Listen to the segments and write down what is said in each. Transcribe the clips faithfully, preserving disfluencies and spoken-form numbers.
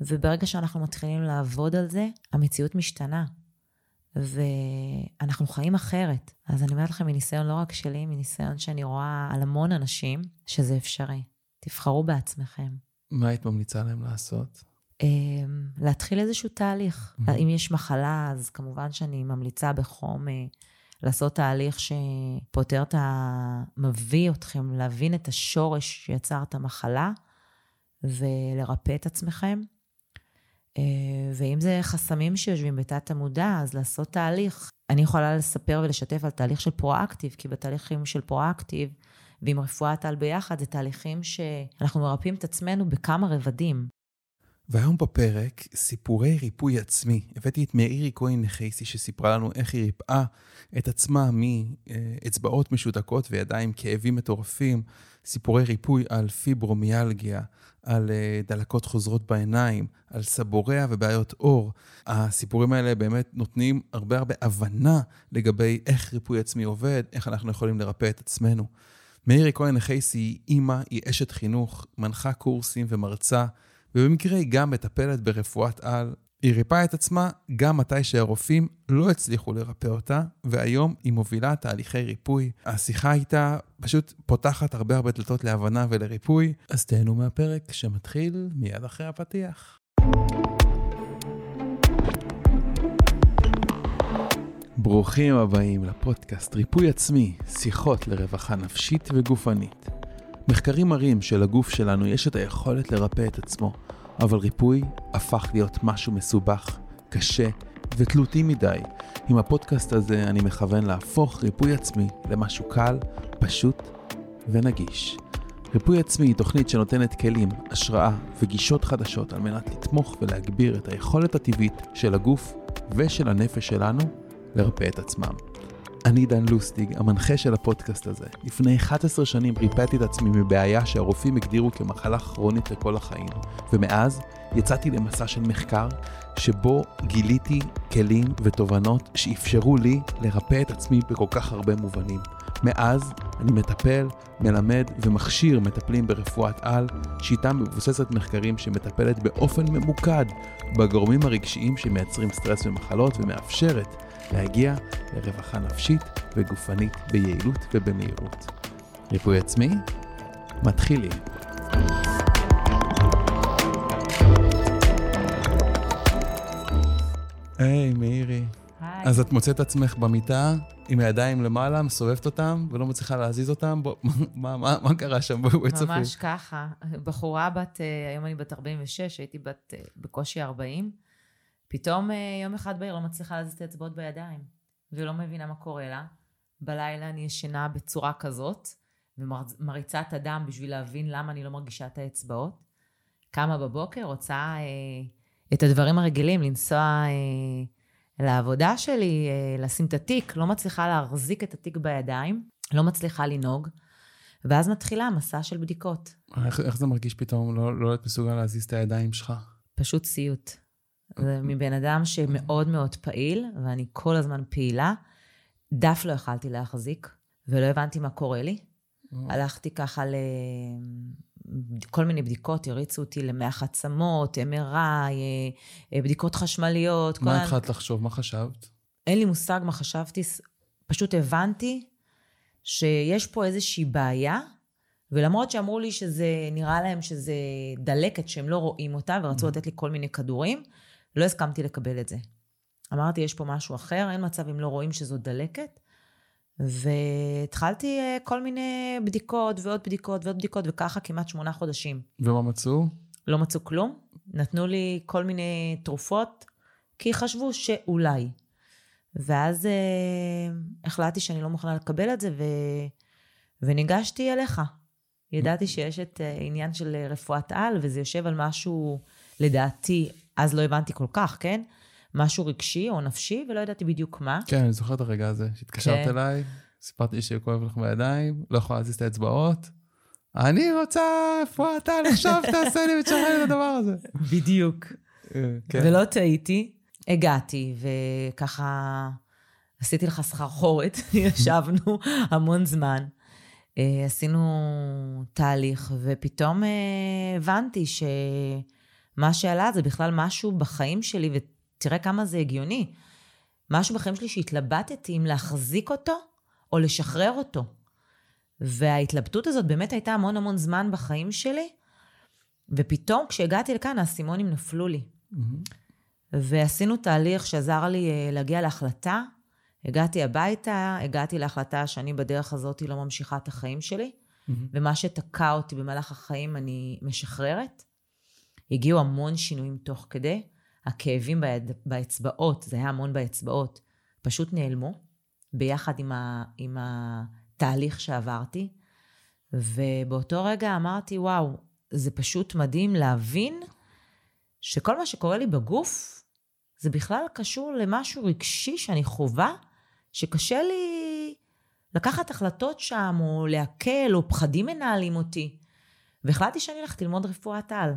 וברגע שאנחנו מתחילים לעבוד על זה, המציאות משתנה. ואנחנו חיים אחרת. אז אני אומרת לכם מניסיון לא רק שלי, מניסיון שאני רואה על המון אנשים, שזה אפשרי. תבחרו בעצמכם. מה היית ממליצה להם לעשות? להתחיל איזשהו תהליך. Mm-hmm. אם יש מחלה, אז כמובן שאני ממליצה בחום לעשות תהליך שפותר את ה... מביא אתכם להבין את השורש שיצר את המחלה, ולרפא את עצמכם. ואם זה חסמים שיושבים בתת המודע, אז לעשות תהליך. אני יכולה לספר ולשתף על תהליך של פרואקטיב, כי בתהליכים של פרואקטיב, ועם רפואת על ביחד, זה תהליכים שאנחנו מרפאים את עצמנו בכמה רבדים. והיום בפרק, סיפורי ריפוי עצמי. הבאתי את מאירי כהן נחייסי שסיפרה לנו איך היא ריפאה את עצמה מאצבעות משותקות וידיים כאבים מטורפים, סיפורי ריפוי על פיברומיאלגיה, על דלקות חוזרות בעיניים, על סבוריה ובעיות אור. הסיפורים האלה באמת נותנים הרבה הרבה הבנה לגבי איך ריפוי עצמי עובד, איך אנחנו יכולים לרפא את עצמנו. מאירי כהן נחייסי היא אימא, היא אשת חינוך, מנחה קורסים ומרצה, ובמקרה היא גם מטפלת ברפואת על. היא ריפאה את עצמה גם מתי שהרופאים לא הצליחו לרפא אותה, והיום היא מובילה תהליכי ריפוי. השיחה איתה פשוט פותחת הרבה הרבה דלתות להבנה ולריפוי. אז תהנו מהפרק שמתחיל מיד אחרי הפתיח. ברוכים הבאים לפודקאסט ריפוי עצמי, שיחות לרווחה נפשית וגופנית. מחקרים מראים שלגוף שלנו יש את היכולת לרפא את עצמו, אבל ריפוי הפך להיות משהו מסובך, קשה ותלותי מדי. עם הפודקאסט הזה אני מכוון להפוך ריפוי עצמי למשהו קל, פשוט ונגיש. ריפוי עצמי היא תוכנית שנותנת כלים, השראה וגישות חדשות על מנת לתמוך ולהגביר את היכולת הטבעית של הגוף ושל הנפש שלנו לרפא את עצמם. אני דן לוסטיג, המנחה של הפודקאסט הזה. לפני אחת עשרה שנים ריפאתי את עצמי מבעיה שהרופאים הגדירו כמחלה כרונית לכל החיים. ומאז יצאתי למסע של מחקר שבו גיליתי כלים ותובנות שאפשרו לי לרפא את עצמי בכל כך הרבה מובנים. מאז אני מטפל, מלמד ומכשיר מטפלים ברפואת על, שיטה מבוססת מחקרים שמטפלת באופן ממוקד בגורמים הרגשיים שמייצרים סטרס ומחלות ומאפשרת להגיע לרווחה נפשית וגופנית ביעילות ובמהירות. ריפוי עצמי? מתחילים. היי, מאירי. היי. אז את מוצאת עצמך במיטה עם הידיים למעלה, מסובבת אותם ולא מצליחה להזיז אותם? בוא, מה, מה, מה קרה שם? בואי צפי. ממש ככה. בחורה בת, היום אני בת ארבעים ושש, הייתי בת בקושי ארבעים. פתאום יום אחד בעיר לא מצליחה להזיז את האצבעות בידיים, ולא מבינה מה קורה לה. בלילה אני ישנה בצורה כזאת, ומריצה את הדם בשביל להבין למה אני לא מרגישה את האצבעות. קמה בבוקר, רוצה אה, את הדברים הרגילים, לנסוע אה, לעבודה שלי, אה, לשים את התיק, לא מצליחה להחזיק את התיק בידיים, לא מצליחה לנהוג, ואז מתחילה מסע של בדיקות. איך, איך זה מרגיש פתאום לא, לא להיות מסוגל להזיז את הידיים שלך? פשוט סיוט. זה מבן אדם שמאוד מאוד פעיל, ואני כל הזמן פעילה, דף לא יכלתי להחזיק, ולא הבנתי מה קורה לי. הלכתי ככה לכל מיני בדיקות, הריצו אותי למח עצמות, אם אר איי, בדיקות חשמליות. מה התחלת לחשוב? מה חשבת? אין לי מושג מה חשבתי, פשוט הבנתי שיש פה איזושהי בעיה, ולמרות שאמרו לי שזה, נראה להם שזה דלקת, שהם לא רואים אותה, ורצו לתת לי כל מיני כדורים, לא הסכמתי לקבל את זה. אמרתי, יש פה משהו אחר, אין מצב אם לא רואים שזו דלקת, והתחלתי כל מיני בדיקות ועוד בדיקות ועוד בדיקות, וככה כמעט שמונה חודשים. ומה מצאו? לא מצאו כלום. נתנו לי כל מיני תרופות, כי חשבו שאולי. ואז אה, החלטתי שאני לא מוכנה לקבל את זה, ו... וניגשתי אליך. ידעתי שיש את עניין של רפואת על, וזה יושב על משהו, לדעתי, אז לא הבנתי כל כך, כן? משהו רגשי או נפשי, ולא ידעתי בדיוק מה. כן, אני זוכר את הרגע הזה, שהתקשרת אליי, סיפרתי שכואב לך בידיים, לא יכולה להזיז את האצבעות. אני רוצה רפואת על, עכשיו תעשה לי ותשחרר את הדבר הזה. בדיוק. ולא טעיתי, הגעתי, וככה עשיתי לך סחרחורת, ישבנו המון זמן. עשינו תהליך, ופתאום הבנתי מה שעלה זה בכלל משהו בחיים שלי, ותראה כמה זה הגיוני. משהו בחיים שלי שהתלבטתי אם להחזיק אותו או לשחרר אותו. וההתלבטות הזאת באמת הייתה המון המון זמן בחיים שלי, ופתאום כשהגעתי לכאן, האסימונים נפלו לי. Mm-hmm. ועשינו תהליך שעזר לי להגיע להחלטה, הגעתי הביתה, הגעתי להחלטה שאני בדרך הזאת לא ממשיכה את החיים שלי, mm-hmm. ומה שתקע אותי במהלך החיים אני משחררת. הגיעו המון שינויים תוך כדי, הכאבים ביד, באצבעות, זה היה המון באצבעות, פשוט נעלמו, ביחד עם, ה, עם התהליך שעברתי, ובאותו רגע אמרתי, וואו, זה פשוט מדהים להבין, שכל מה שקורה לי בגוף, זה בכלל קשור למשהו רגשי שאני חובה, שקשה לי לקחת החלטות שם, או להקל, או פחדים מנהלים אותי. והחלטתי שאני הולכת ללמוד רפואת על.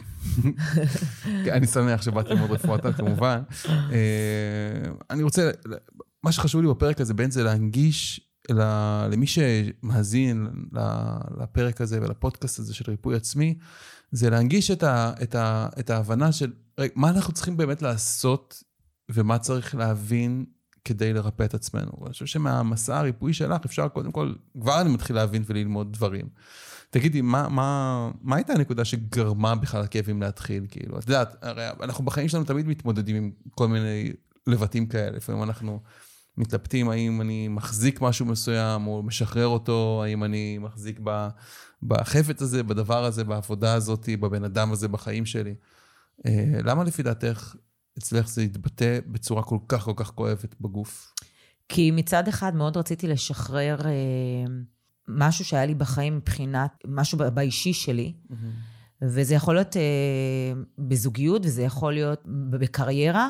אני שמח שבאת ללמוד רפואת על, כמובן. אני רוצה, מה שחשוב לי בפרק הזה, בין זה להנגיש למי שמאזין לפרק הזה ולפודקאסט הזה של ריפוי עצמי, זה להנגיש את, ה, את, ה, את ההבנה של מה אנחנו צריכים באמת לעשות ומה צריך להבין כדי לרפא את עצמנו. אני חושב שמהמסע הריפוי שלך אפשר קודם כל, כבר אני מתחיל להבין וללמוד דברים. תגידי, מה, מה, מה הייתה הנקודה שגרמה בכלל הכאבים להתחיל? כאילו, את יודעת, הרי אנחנו בחיים שלנו תמיד מתמודדים עם כל מיני לבטים כאלה. לפעמים אנחנו מתלבטים האם אני מחזיק משהו מסוים או משחרר אותו, האם אני מחזיק ב... בחפץ הזה, בדבר הזה, בעבודה הזאת, בבן אדם הזה, בחיים שלי. למה לפי דעתך אצלך זה יתבטא בצורה כל כך כל כך כואבת בגוף? כי מצד אחד מאוד רציתי לשחרר משהו שהיה לי בחיים מבחינת, משהו באישי שלי, mm-hmm. וזה יכול להיות בזוגיות, וזה יכול להיות בקריירה,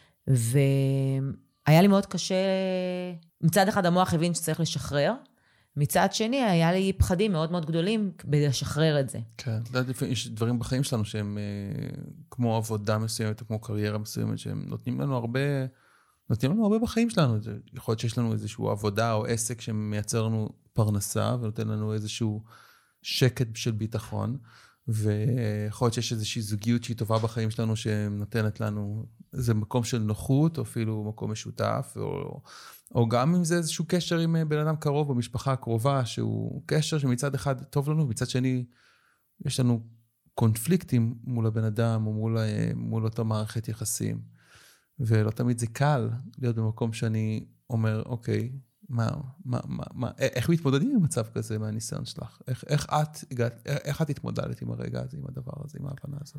והיה לי מאוד קשה, מצד אחד המוח הבין שצריך לשחרר, מצד שני, היה לי פחדים מאוד מאוד גדולים בלשחרר את זה. כן, יש דברים בחיים שלנו שהם כמו עבודה מסוימת, או כמו קריירה מסוימת, שהם נותנים לנו הרבה, נותנים לנו הרבה בחיים שלנו. יכול להיות שיש לנו איזושהי עבודה או עסק שמייצר לנו פרנסה, ונותן לנו איזשהו שקט של ביטחון, ויכול להיות שיש איזושהי זוגיות שהיא טובה בחיים שלנו, שנותנת לנו איזה מקום של נוחות, או אפילו מקום משותף, או... או גם אם זה איזשהו קשר עם בן אדם קרוב במשפחה הקרובה, שהוא קשר שמצד אחד טוב לנו, מצד שני יש לנו קונפליקטים מול הבן אדם, או מול, מול אותו מערכת יחסים. ולא תמיד זה קל להיות במקום שאני אומר, אוקיי, מה, מה, מה, מה, איך מתמודדים עם מצב כזה מהניסיון שלך? איך, איך את הגעת, איך את התמודדת עם הרגע הזה, עם הדבר הזה, עם ההבנה הזאת?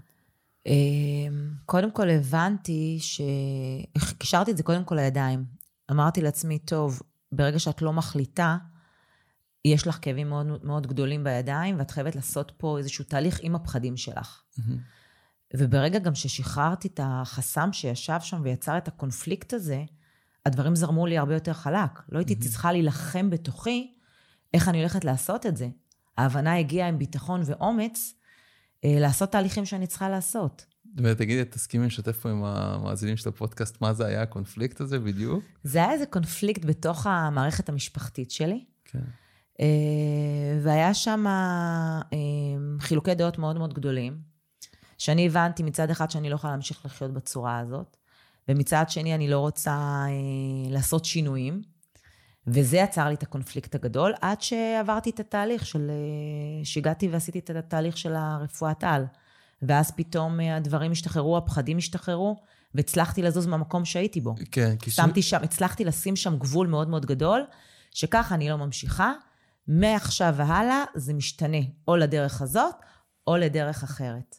קודם כל הבנתי שקישרתי את זה קודם כל לידיים. אמרתי לעצמי, טוב, ברגע שאת לא מחליטה, יש לך כאבים מאוד, מאוד גדולים בידיים, ואת חייבת לעשות פה איזשהו תהליך עם הפחדים שלך. Mm-hmm. וברגע גם ששחררתי את החסם שישב שם ויצר את הקונפליקט הזה, הדברים זרמו לי הרבה יותר חלק. לא הייתי mm-hmm. צריכה להילחם בתוכי, איך אני הולכת לעשות את זה. ההבנה הגיעה עם ביטחון ואומץ, אה, לעשות תהליכים שאני צריכה לעשות. ותגידי, תסכימי לשתף פה עם המאזינים של הפודקאסט, מה זה היה הקונפליקט הזה בדיוק? זה היה איזה קונפליקט בתוך המערכת המשפחתית שלי. כן. והיה שם חילוקי דעות מאוד מאוד גדולים, שאני הבנתי מצד אחד שאני לא יכולה להמשיך לחיות בצורה הזאת, ומצד שני אני לא רוצה לעשות שינויים, וזה יצר לי את הקונפליקט הגדול, עד שעברתי את התהליך של, שהגעתי ועשיתי את התהליך של הרפואת על. ואז פתאום הדברים השתחררו, הפחדים השתחררו, והצלחתי לזוז מהמקום שהייתי בו. כן, שמתי שם, הצלחתי לשים שם גבול מאוד מאוד גדול, שככה אני לא ממשיכה, מעכשיו והלאה זה משתנה, או לדרך הזאת, או לדרך אחרת.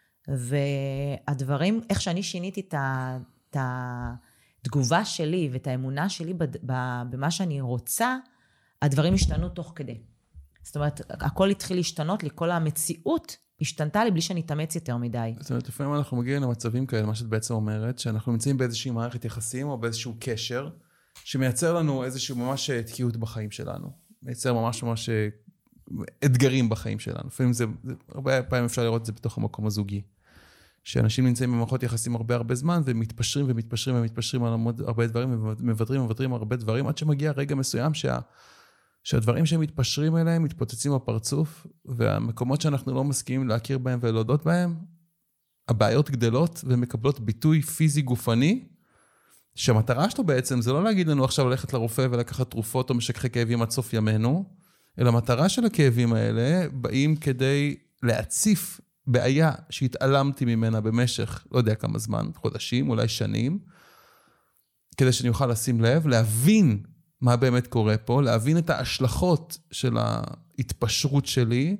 והדברים, איך שאני שיניתי את התגובה שלי, ואת האמונה שלי במה שאני רוצה, הדברים השתנו תוך כדי. זאת אומרת, הכל התחיל להשתנות לי, כל המציאות, השתנתה לי בלי שאני אתאמץ יותר מדי. זאת אומרת, לפעמים אנחנו מגיעים למצבים כאלה, מה שאת בעצם אומרת, שאנחנו נמצאים באיזושהי מערכת יחסים, או באיזשהו קשר, שמייצר לנו איזשהו ממש תקיעות בחיים שלנו. מייצר ממש ממש אתגרים בחיים שלנו. לפעמים זה, הרבה פעמים אפשר לראות את זה בתוך המקום הזוגי. שאנשים נמצאים במערכות יחסים הרבה הרבה זמן, ומתפשרים ומתפשרים ומתפשרים על הרבה דברים, ומוותרים ומוותרים על הרבה דברים, עד שמגיע רגע מסוים שה... שהדברים שהם מתפשרים אליהם מתפוצצים בפרצוף, והמקומות שאנחנו לא מסכימים להכיר בהם ולהודות בהם, הבעיות גדלות ומקבלות ביטוי פיזי גופני, שהמטרה שלו בעצם זה לא להגיד לנו עכשיו ללכת לרופא ולקחת תרופות או משככי כאבים עד סוף ימינו, אלא המטרה של הכאבים האלה באים כדי להציף בעיה שהתעלמתי ממנה במשך, לא יודע כמה זמן, חודשים, אולי שנים, כדי שאני אוכל לשים לב, להבין מה באמת קורה פה, להבין את ההשלכות של ההתפשרות שלי,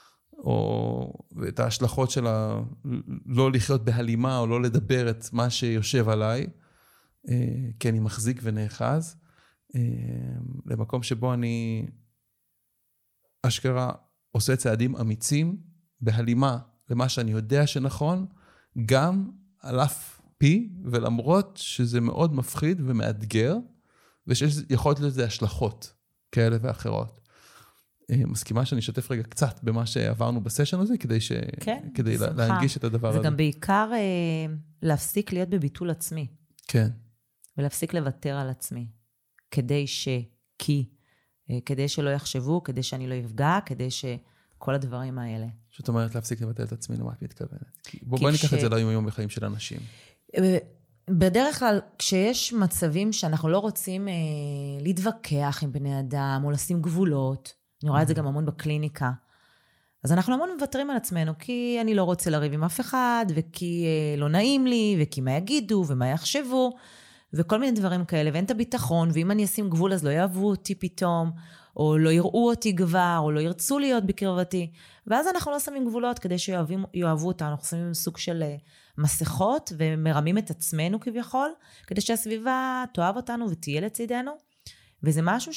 או את ההשלכות של ה... לא לחיות בהלימה או לא לדבר את מה שיושב עליי, כי אני מחזיק ונאחז, למקום שבו אני אשכרה עושה צעדים אמיצים, בהלימה למה שאני יודע שנכון, גם על אף פי, ולמרות שזה מאוד מפחיד ומאתגר, ושיכול להיות לזה השלכות כאלה ואחרות. מסכימה שאני אשתף רגע קצת במה שעברנו בסשן הזה, כדי, ש... כן, כדי להנגיש את הדבר זה הזה. זה גם בעיקר אה, להפסיק להיות בביטול עצמי. כן. ולהפסיק לוותר על עצמי. כדי ש... כי... כדי שלא יחשבו, כדי שאני לא אפגע, כדי שכל הדברים האלה. זאת אומרת, להפסיק לבטל את עצמי, למה את מתכוונת? בואו בוא ניקח את זה ליום יום בחיים של אנשים. בדרך כלל, כשיש מצבים שאנחנו לא רוצים אה, להתווכח עם בני אדם, או לשים גבולות, אני רואה את זה גם המון בקליניקה, אז אנחנו המון מוותרים על עצמנו, כי אני לא רוצה לריב עם אף אחד, וכי אה, לא נעים לי, וכי מה יגידו, ומה יחשבו, וכל מיני דברים כאלה, ואין את הביטחון, ואם אני אשים גבול אז לא יאהבו אותי פתאום, או לא יראו אותי כבר, או לא ירצו להיות בקרבתי, ואז אנחנו לא שמים גבולות כדי שיאהבו אותנו, אנחנו שמים סוג של מסכות, ומרמים את עצמנו כביכול, כדי שהסביבה תאהב אותנו ותהיה לצידנו, וזה משהו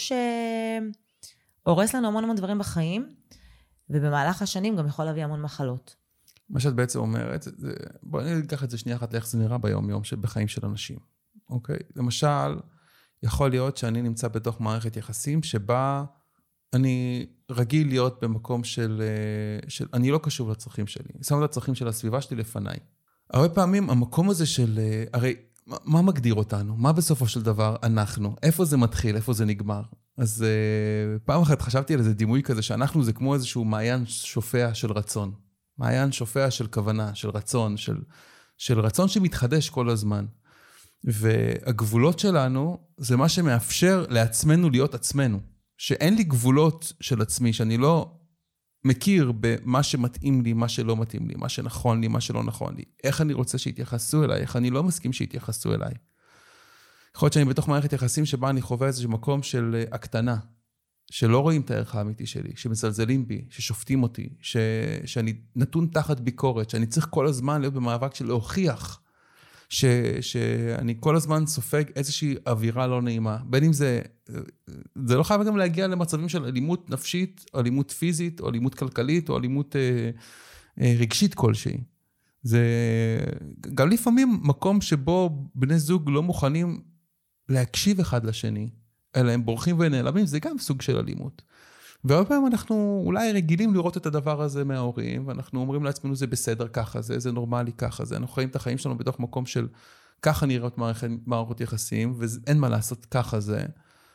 שהורס לנו המון המון דברים בחיים, ובמהלך השנים גם יכול להביא המון מחלות. מה שאת בעצם אומרת, זה, בואי ניקח את זה שנייה אחת, איך זה נראה ביום יום בחיים של אנשים. אוקיי? למשל, יכול להיות שאני נמצא בתוך מערכת יחסים שבה אני רגיל להיות במקום של, של אני לא קשוב לצרכים שלי. אני שם את הצרכים של הסביבה שלי לפניי. הרבה פעמים המקום הזה של, הרי מה מגדיר אותנו? מה בסופו של דבר אנחנו? איפה זה מתחיל? איפה זה נגמר? אז פעם אחת חשבתי על איזה דימוי כזה שאנחנו זה כמו איזשהו מעיין שופע של רצון. מעיין שופע של כוונה, של רצון, של, של רצון שמתחדש כל הזמן. והגבולות שלנו זה מה שמאפשר לעצמנו להיות עצמנו. שאין לי גבולות של עצמי, שאני לא מכיר במה שמתאים לי, מה שלא מתאים לי, מה שנכון לי, מה שלא נכון לי. איך אני רוצה שיתייחסו אליי, איך אני לא מסכים שיתייחסו אליי. יכול להיות שאני בתוך מערכת יחסים שבה אני חווה איזשהו מקום של הקטנה, שלא רואים את הערך האמיתי שלי, שמזלזלים בי, ששופטים אותי, ש... שאני נתון תחת ביקורת, שאני צריך כל הזמן להיות במאבק של להוכיח, ש... שאני כל הזמן סופג איזושהי אווירה לא נעימה. בין אם זה, זה לא חייב גם להגיע למצבים של אלימות נפשית, או אלימות פיזית, או אלימות כלכלית, או אלימות אה, אה, רגשית כלשהי. זה גם לפעמים מקום שבו בני זוג לא מוכנים להקשיב אחד לשני, אלא הם בורחים ונעלמים, זה גם סוג של אלימות. והרבה פעמים אנחנו אולי רגילים לראות את הדבר הזה מההורים, ואנחנו אומרים לעצמנו זה בסדר ככה, זה, זה נורמלי ככה, זה. אנחנו חיים את החיים שלנו בתוך מקום של ככה נראות מערכות, מערכות יחסים, ואין מה לעשות ככה זה.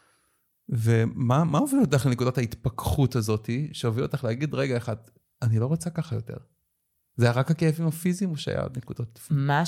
ומה מה הוביל אותך לנקודת ההתפכחות הזאת, שהוביל אותך להגיד רגע אחד, אני לא רוצה ככה יותר. זה היה רק הכאבים הפיזיים או שהיה עוד נקודות? מה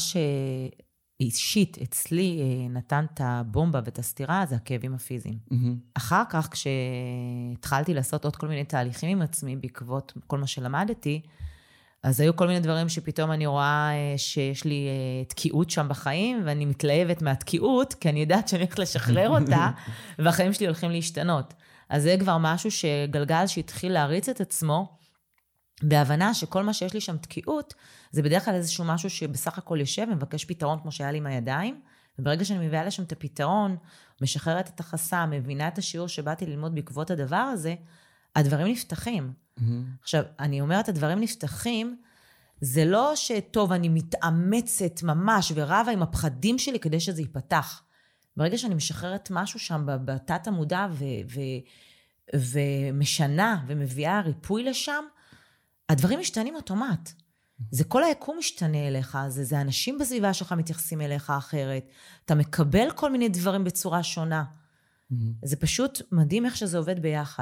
שאישית אצלי נתן את הבומבה ואת הסתירה, זה הכאבים הפיזיים. Mm-hmm. אחר כך, כשהתחלתי לעשות עוד כל מיני תהליכים עם עצמי, בעקבות כל מה שלמדתי, אז היו כל מיני דברים שפתאום אני רואה שיש לי תקיעות שם בחיים, ואני מתלהבת מהתקיעות, כי אני יודעת שאני הולכת לשחרר אותה, והחיים שלי הולכים להשתנות. אז זה כבר משהו שגלגל שהתחיל להריץ את עצמו, בהבנה שכל מה שיש לי שם תקיעות, זה בדרך כלל איזשהו משהו שבסך הכל יושב, מבקש פתרון כמו שהיה לי עם הידיים, וברגע שאני מביאה לשם את הפתרון, משחררת את החסם, מבינה את השיעור שבאתי ללמוד בעקבות הדבר הזה, הדברים נפתחים. Mm-hmm. עכשיו, אני אומרת, הדברים נפתחים, זה לא שטוב, אני מתאמצת ממש ורבה עם הפחדים שלי כדי שזה ייפתח. ברגע שאני משחררת משהו שם בתת המודע ו- ו- ומשנה ומביאה ריפוי לשם, הדברים משתנים אוטומט. זה כל היקום משתנה אליך, זה, זה אנשים בסביבה שלך מתייחסים אליך אחרת, אתה מקבל כל מיני דברים בצורה שונה. Mm-hmm. זה פשוט מדהים איך שזה עובד ביחד.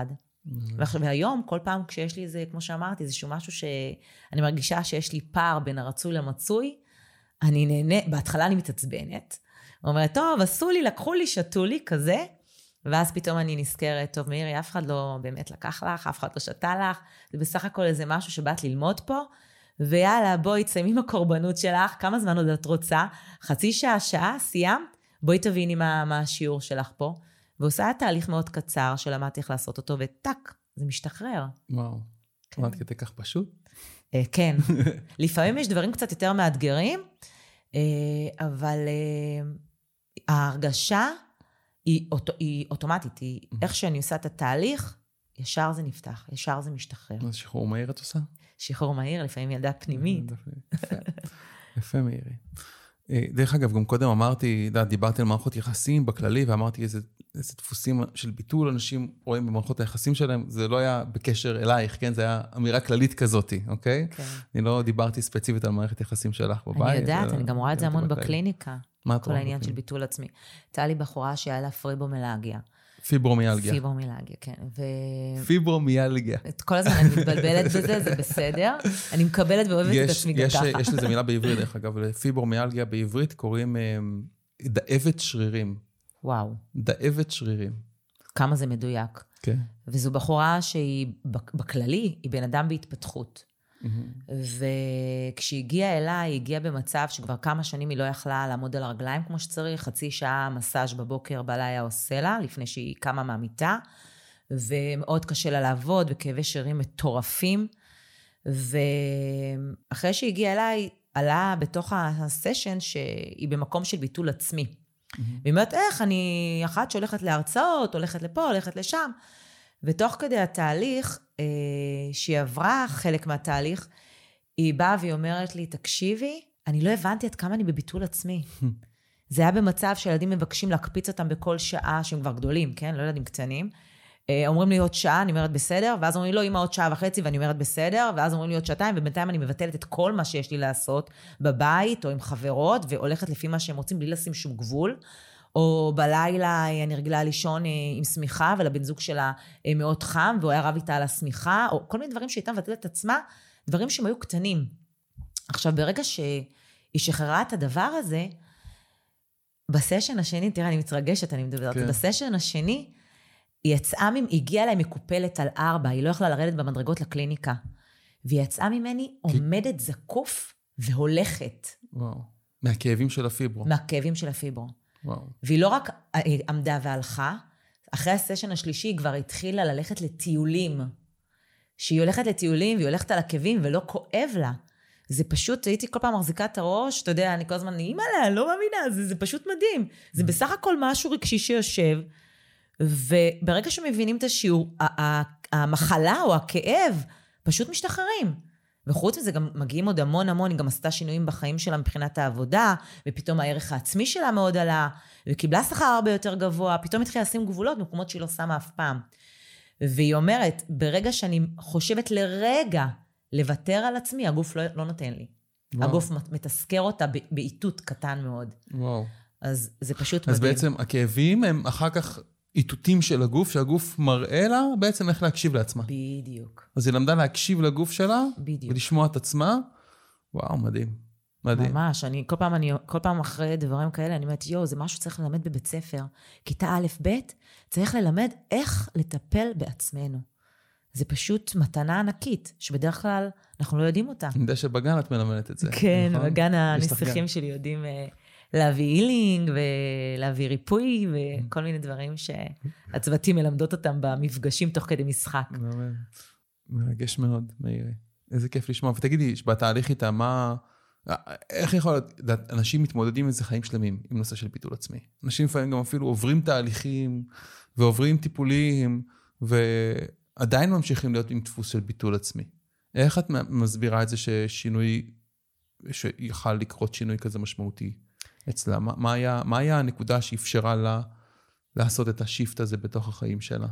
והיום, כל פעם כשיש לי איזה, כמו שאמרתי, איזשהו משהו שאני מרגישה שיש לי פער בין הרצוי למצוי, אני נהנה, בהתחלה אני מתעצבנת, אומרת, טוב, עשו לי, לקחו לי, שתו לי, כזה, ואז פתאום אני נזכרת, טוב, מאירי, אף אחד לא באמת לקח לך, אף אחד לא שתה לך, זה בסך הכל איזה משהו שבאת ללמוד פה, ויאללה, בואי, תסיימי עם הקורבנות שלך, כמה זמן עוד את רוצה, חצי שעה, שעה, סיימת, בואי תביני מה, מה השיעור שלך פה, ועושה תהליך מאוד קצר, שלמדתי איך לעשות אותו, וטק, זה משתחרר. וואו, כן. עד כדי כך פשוט? אה, כן, לפעמים יש דברים קצת יותר מאתגרים, אה, אבל אה, ההרגשה היא, אוט, היא אוטומטית, היא, איך שאני עושה את התהליך, ישר זה נפתח, ישר זה משתחרר. אז שחרור מהיר את עושה? שחרור מהיר, לפעמים ילדה פנימית. יפה, יפה מאירי. דרך אגב, גם קודם אמרתי, דיברתי על מערכות יחסים בכללי, ואמרתי איזה, איזה דפוסים של ביטול אנשים רואים במערכות היחסים שלהם, זה לא היה בקשר אלייך, כן? זה היה אמירה כללית כזאת, אוקיי? כן. אני לא דיברתי ספציפית על מערכת יחסים שלך בבית. אני יודעת, אני גם רואה את זה המון בקליניקה. מה את כל העניין של ביטול עצמי. הייתה לי בחורה שהיה לה פריבומיאלגיה. פיברומיאלגיה. פיברומיאלגיה, כן. ו... פיברומיאלגיה. את כל הזמן אני מתבלבלת בזה, זה בסדר. אני מקבלת ואוהבת את עצמי גם ככה. יש לזה מילה בעברית, דרך אגב, לפיברומיאלגיה בעברית קוראים דאבת שרירים. וואו. דאבת שרירים. כמה זה מדויק. כן. וזו בחורה שהיא, בכללי, היא בן אדם בהתפתחות. וכשהיא הגיעה אליי, היא הגיעה במצב שכבר כמה שנים היא לא יכלה לעמוד על הרגליים כמו שצריך, חצי שעה מסאז' בבוקר בעלה היה עושה לה, לפני שהיא קמה מהמיטה, ומאוד קשה לה לעבוד, וכאבי שרירים מטורפים, ואחרי שהיא הגיעה אליי, עלה בתוך הסשן שהיא במקום של ביטול עצמי. והיא אומרת, איך, אני אחת שהולכת להרצאות, הולכת לפה, הולכת לשם, ותוך כדי התהליך, אה, שהיא עברה חלק מהתהליך, היא באה והיא אומרת לי, תקשיבי, אני לא הבנתי עד כמה אני בביטול עצמי. זה היה במצב שילדים מבקשים להקפיץ אותם בכל שעה, שהם כבר גדולים, כן? לא ילדים קטנים. אה, אומרים לי עוד שעה, אני אומרת בסדר, ואז אומרים לי, לא, אמא עוד שעה וחצי, ואני אומרת בסדר, ואז אומרים לי עוד שעתיים, ובינתיים אני מבטלת את כל מה שיש לי לעשות בבית, או עם חברות, והולכת לפי מה שהם רוצים, בלי לשים שום גבול. או בלילה אני רגילה לישון עם סמיכה, ולבן זוג שלה מאוד חם, והוא היה רב איתה על הסמיכה, או כל מיני דברים שהייתה מבטלת את עצמה, דברים שהם היו קטנים. עכשיו, ברגע שהיא שחררה את הדבר הזה, בסשן השני, תראה, אני מתרגשת, אני מדברת, כן. בסשן השני, היא יצאה, היא הגיעה לה מקופלת על ארבע, היא לא יכלה לרדת במדרגות לקליניקה, והיא יצאה ממני, כי... עומדת זקוף והולכת. וואו, מהכאבים של הפיברו. מהכאבים של הפיברו. וואו. והיא לא רק עמדה והלכה, אחרי הסשן השלישי היא כבר התחילה ללכת לטיולים. שהיא הולכת לטיולים והיא הולכת על עקבים ולא כואב לה. זה פשוט, הייתי כל פעם מחזיקה את הראש, אתה יודע, אני כל הזמן נעים עליה, לא מאמינה, זה, זה פשוט מדהים. זה בסך הכל משהו רגשי שיושב, וברגע שמבינים את השיעור, המחלה או הכאב פשוט משתחררים. וחוץ מזה גם מגיעים עוד המון המון, היא גם עשתה שינויים בחיים שלה מבחינת העבודה, ופתאום הערך העצמי שלה מאוד עלה, וקיבלה שכר הרבה יותר גבוה, פתאום התחילה לשים גבולות במקומות שהיא לא שמה אף פעם. והיא אומרת, ברגע שאני חושבת לרגע לוותר על עצמי, הגוף לא, לא נותן לי. וואו. הגוף מתסקר אותה בעיתות קטן מאוד. וואו. אז זה פשוט אז מדהים. בעצם הכאבים הם אחר כך איתותים של הגוף, שהגוף מראה לה בעצם איך להקשיב לעצמה. בדיוק. אז היא למדה להקשיב לגוף שלה, בדיוק. ולשמוע את עצמה. וואו, מדהים. מדהים. ממש, אני כל פעם, אני, כל פעם אחרי דברים כאלה, אני אומרת, יו, זה משהו שצריך ללמד בבית ספר. כיתה א' ב', צריך ללמד איך לטפל בעצמנו. זה פשוט מתנה ענקית, שבדרך כלל אנחנו לא יודעים אותה. אני יודע שבגן את מלמדת את זה. כן, נכון? בגן הנסיכים שלי יודעים להביא הילינג, ולהביא ריפוי, וכל מיני דברים שהצוותים מלמדות אותם במפגשים תוך כדי משחק. מרגש מאוד, מאירי. איזה כיף לשמוע. ותגידי, בתהליך איתה, מה... איך יכול להיות, אנשים מתמודדים עם איזה חיים שלמים, עם נושא של ביטול עצמי. אנשים לפעמים גם אפילו עוברים תהליכים, ועוברים טיפולים, ועדיין ממשיכים להיות עם דפוס של ביטול עצמי. איך את מסבירה את זה ששינוי, שיכל לקרות שינוי כזה משמעותי אצלה? מה, מה היה, מה היה הנקודה שאפשרה לה לעשות את השיפט הזה בתוך החיים שלה?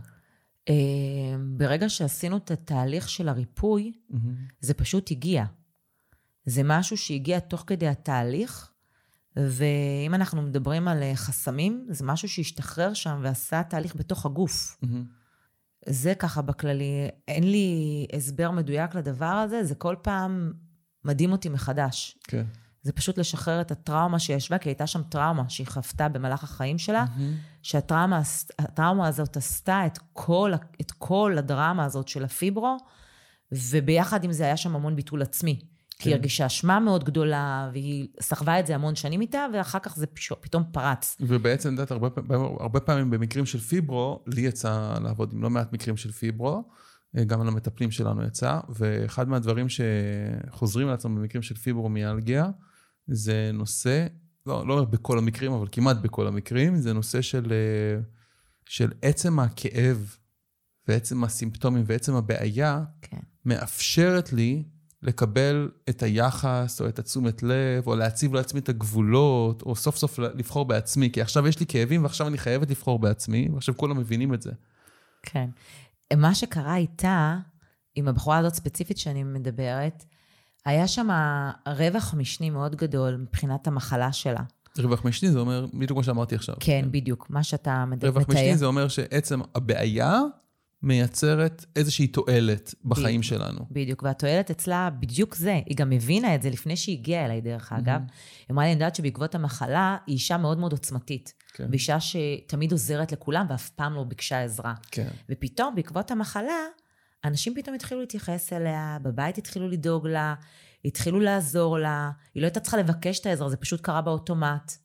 ברגע שעשינו את התהליך של הריפוי, זה פשוט הגיע. זה משהו שהגיע תוך כדי התהליך, ואם אנחנו מדברים על חסמים, זה משהו שהשתחרר שם ועשה תהליך בתוך הגוף. זה ככה בכללי, אין לי הסבר מדויק לדבר הזה, זה כל פעם מדהים אותי מחדש. כן. זה פשוט לשחרר את הטראומה שישבה, כי הייתה שם טראומה שהיא חוותה במהלך החיים שלה, mm-hmm. שהטראומה הטראומה הזאת עשתה את כל, את כל הדרמה הזאת של הפיברו, וביחד עם זה היה שם המון ביטול עצמי. כן. כי היא הרגישה אשמה מאוד גדולה, והיא סחבה את זה המון שנים איתה, ואחר כך זה פתאום פרץ. ובעצם, יודעת, הרבה, הרבה פעמים במקרים של פיברו, לי יצא לעבוד עם לא מעט מקרים של פיברו, גם על המטפלים שלנו יצא, ואחד מהדברים שחוזרים על עצמם במקרים של פיברומיאלגיה, זה נושא, לא, לא בכל המקרים, אבל כמעט בכל המקרים, זה נושא של, של עצם הכאב, ועצם הסימפטומים, ועצם הבעיה, כן. מאפשרת לי לקבל את היחס, או את התשומת לב, או להציב לעצמי את הגבולות, או סוף סוף לבחור בעצמי, כי עכשיו יש לי כאבים, ועכשיו אני חייבת לבחור בעצמי, ועכשיו כולם מבינים את זה. כן. מה שקרה איתה, עם הבחורה הזאת ספציפית שאני מדברת, היה שם רווח משני מאוד גדול מבחינת המחלה שלה. רווח משני זה אומר, בדיוק כמו שאמרתי עכשיו. כן, בדיוק, מה שאתה מתאר. רווח משני זה אומר שעצם הבעיה מייצרת איזושהי תועלת בחיים שלנו. בדיוק, והתועלת אצלה בדיוק זה, היא גם הבינה את זה לפני שהיא הגיעה אליי דרך אגב. היא אמרה לי, אני יודעת שבעקבות המחלה, היא אישה מאוד מאוד עוצמתית. ואישה שתמיד עוזרת לכולם, ואף פעם לא ביקשה עזרה. ופתאום, בעקבות המחלה, אנשים פתאום התחילו להתייחס אליה, בבית התחילו לדאוג לה, התחילו לעזור לה, היא לא הייתה צריכה לבקש את העזרה, זה פשוט קרה באוטומט.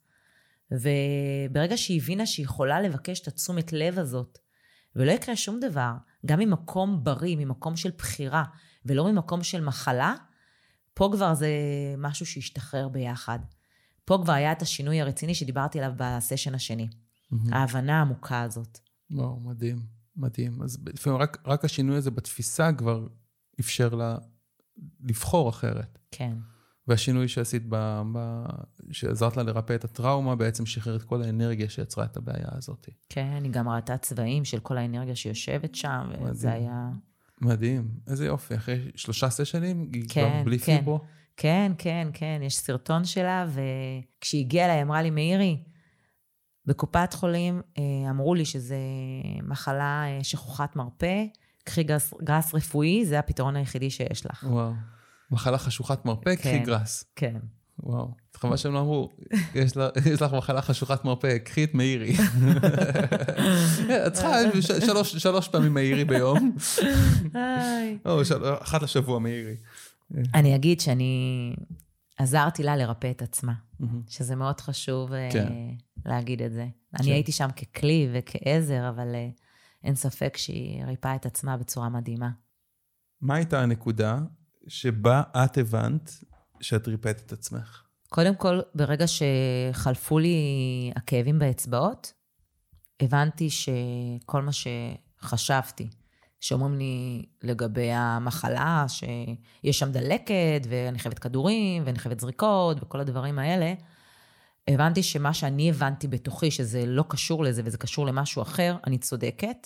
וברגע שהיא הבינה שהיא יכולה לבקש את התשומת לב הזאת, ולא יקרה שום דבר, גם ממקום בריא, ממקום של בחירה, ולא ממקום של מחלה, פה כבר זה משהו שהשתחרר ביחד. פה כבר היה את השינוי הרציני שדיברתי עליו בסשן השני. Mm-hmm. ההבנה העמוקה הזאת. וואו, מדהים, מדהים. אז לפעמים רק, רק השינוי הזה בתפיסה כבר אפשר לה לבחור אחרת. כן. והשינוי שעשית, ב, ב, שעזרת לה לרפא את הטראומה, בעצם שחרר את כל האנרגיה שיצרה את הבעיה הזאת. כן, היא גם ראתה צבעים של כל האנרגיה שיושבת שם, מדהים. וזה היה... מדהים, איזה יופי. אחרי שלושה סשנים, היא כן, כבר בלי כן. פיברו? כן, כן, כן, יש סרטון שלה, וכשהיא הגיעה אליי, אמרה לי, מאירי, בקופת חולים אמרו לי שזה מחלה שכוחת מרפא, קחי גרס, גרס רפואי, זה הפתרון היחידי שיש לך. וואו, מחלה חשוכת מרפא, קחי כן, גרס. כן. וואו, חבל שהם לא אמרו, יש, לה, יש לך מחלה חשוכת מרפא, קחי את מאירי. את צריכה שלוש, שלוש פעמים מאירי ביום. או, של, אחת לשבוע מאירי. אני אגיד שאני עזרתי לה לרפא את עצמה, שזה מאוד חשוב להגיד את זה. אני הייתי שם ככלי וכעזר, אבל אין ספק שהיא ריפאה את עצמה בצורה מדהימה. מה הייתה הנקודה שבה את הבנת שאת ריפאת את עצמך? קודם כל, ברגע שחלפו לי הכאבים באצבעות, הבנתי שכל מה שחשבתי, שאומרים לי לגבי המחלה, שיש שם דלקת, ואני חייבת כדורים, ואני חייבת זריקות, וכל הדברים האלה, הבנתי שמה שאני הבנתי בתוכי, שזה לא קשור לזה, וזה קשור למשהו אחר, אני צודקת,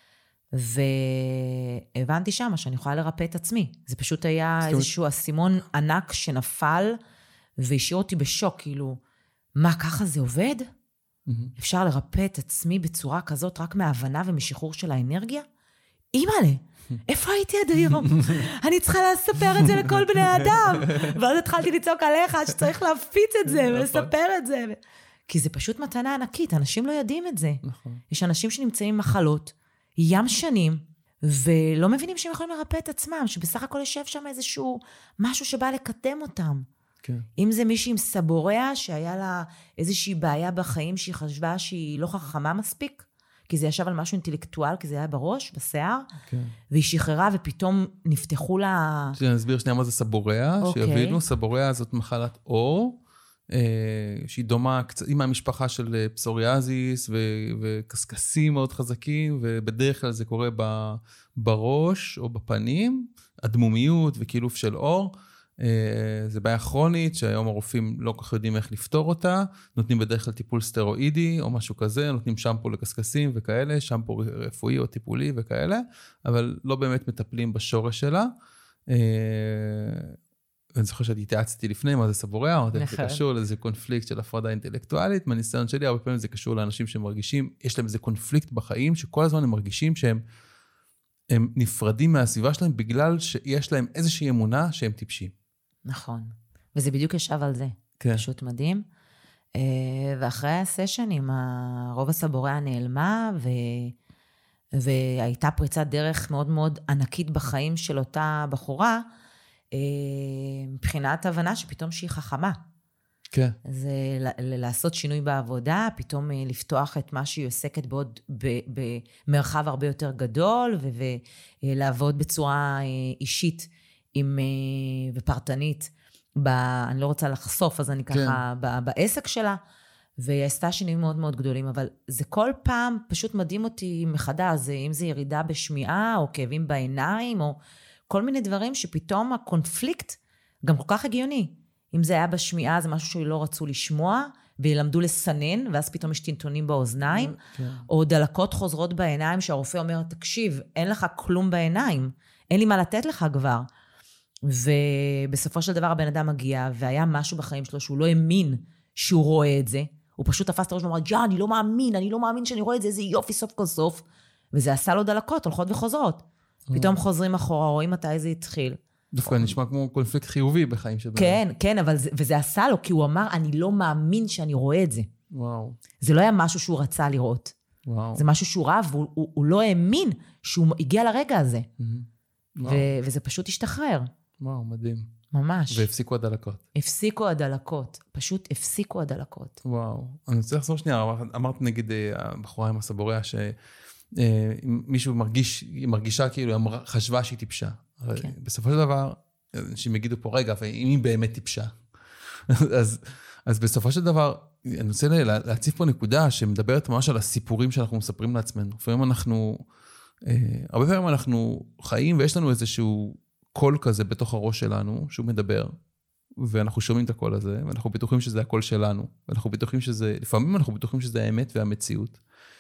והבנתי שמה שאני יכולה לרפא את עצמי. זה פשוט היה איזשהו אסימון ענק שנפל, והשאיר אותי בשוק, כאילו, מה, ככה זה עובד? אפשר לרפא את עצמי בצורה כזאת, רק מההבנה ומשחרור של האנרגיה? אימא'לה, איפה הייתי עד היום? אני צריכה לספר את זה לכל בני האדם. ואז התחלתי לצעוק עליך שצריך להפיץ את זה ולספר את זה. כי זה פשוט מתנה ענקית, אנשים לא יודעים את זה. יש אנשים שנמצאים עם מחלות, ים שנים, ולא מבינים שהם יכולים לרפא את עצמם, שבסך הכל יושב שם איזשהו משהו שבא לקדם אותם. כן. אם זה מישהי עם סבוריה, שהיה לה איזושהי בעיה בחיים, שהיא חשבה שהיא לא חכמה מספיק, כי זה ישב על משהו אינטלקטואל, כי זה היה בראש, בשיער, okay. והיא שחררה, ופתאום נפתחו לה... שנסביר שנייה מה זה סבוריה, okay. שיבינו, סבוריה זאת מחלת אור, שהיא דומה, היא מהמשפחה של פסוריאזיס, וקסקסים מאוד חזקים, ובדרך כלל זה קורה בראש או בפנים, הדמומיות וקילוף של אור, זה בעיה כרונית, שהיום הרופאים לא כך יודעים איך לפתור אותה, נותנים בדרך כלל טיפול סטרואידי או משהו כזה, נותנים שמפו לקסקסים וכאלה, שמפו רפואי או טיפולי וכאלה, אבל לא באמת מטפלים בשורש שלה. אני זוכר שאני התייעצתי לפני מה זה סבוריה, אמרתי, זה קשור לאיזה קונפליקט של הפרדה אינטלקטואלית, מהניסיון שלי, הרבה פעמים זה קשור לאנשים שמרגישים, יש להם איזה קונפליקט בחיים, שכל הזמן הם מרגישים שהם הם נפרדים מהסביבה שלהם בגלל שיש להם איזושהי אמונה שהם טיפשים. נכון. וזה בדיוק ישב על זה. כן. פשוט מדהים. ואחרי הסשנים, הרוב הסבוריה נעלמה, ו... והייתה פריצת דרך מאוד מאוד ענקית בחיים של אותה בחורה, מבחינת הבנה שפתאום שהיא חכמה. כן. זה לעשות שינוי בעבודה, פתאום לפתוח את מה שהיא עוסקת בעוד, במרחב הרבה יותר גדול, ולעבוד בצורה אישית עם, ופרטנית, ב, אני לא רוצה לחשוף, אז אני ככה כן. בעסק שלה, והיא עשתה שינויים מאוד מאוד גדולים, אבל זה כל פעם פשוט מדהים אותי מחדש, זה, אם זה ירידה בשמיעה, או כאבים בעיניים, או כל מיני דברים שפתאום הקונפליקט גם כל כך הגיוני. אם זה היה בשמיעה, זה משהו שלא רצו לשמוע, וילמדו לסנן, ואז פתאום יש טינטונים באוזניים, כן. או דלקות חוזרות בעיניים, שהרופא אומר, תקשיב, אין לך כלום בעיניים, אין לי מה לתת לך כבר. ובסופו של דבר הבן אדם מגיע, והיה משהו בחיים שלו שהוא לא האמין שהוא רואה את זה, הוא פשוט תפס את הראש ואומר, יא, אני לא מאמין, אני לא מאמין שאני רואה את זה, איזה יופי סוף כל סוף, וזה עשה לו דלקות, הולכות וחוזרות. פתאום חוזרים אחורה, רואים מתי זה התחיל. דווקא נשמע כמו קונפליקט חיובי בחיים שבא. כן, כן, אבל זה, וזה עשה לו, כי הוא אמר, אני לא מאמין שאני רואה את זה. וואו. זה לא היה משהו שהוא רצה לראות. וואו. זה משהו שהוא רב, והוא הוא, הוא לא האמין שהוא הגיע לרגע הזה. ו, וזה פשוט השתחרר. וואו, מדהים. ממש. והפסיקו הדלקות. הפסיקו הדלקות. פשוט הפסיקו הדלקות. וואו. אני רוצה לחזור שנייה, אמרת נגיד הבחורה עם הסבוריה, שמישהו מרגיש, היא מרגישה כאילו, היא חשבה שהיא טיפשה. כן. בסופו של דבר, אנשים יגידו פה, רגע, ואם היא באמת טיפשה. אז, אז בסופו של דבר, אני רוצה להציף פה נקודה שמדברת ממש על הסיפורים שאנחנו מספרים לעצמנו. לפעמים אנחנו, הרבה פעמים אנחנו חיים, ויש לנו איזשהו קול כזה בתוך הראש שלנו, שהוא מדבר, ואנחנו שומעים את הקול הזה, ואנחנו בטוחים שזה הקול שלנו, ואנחנו בטוחים שזה, לפעמים אנחנו בטוחים שזה האמת והמציאות.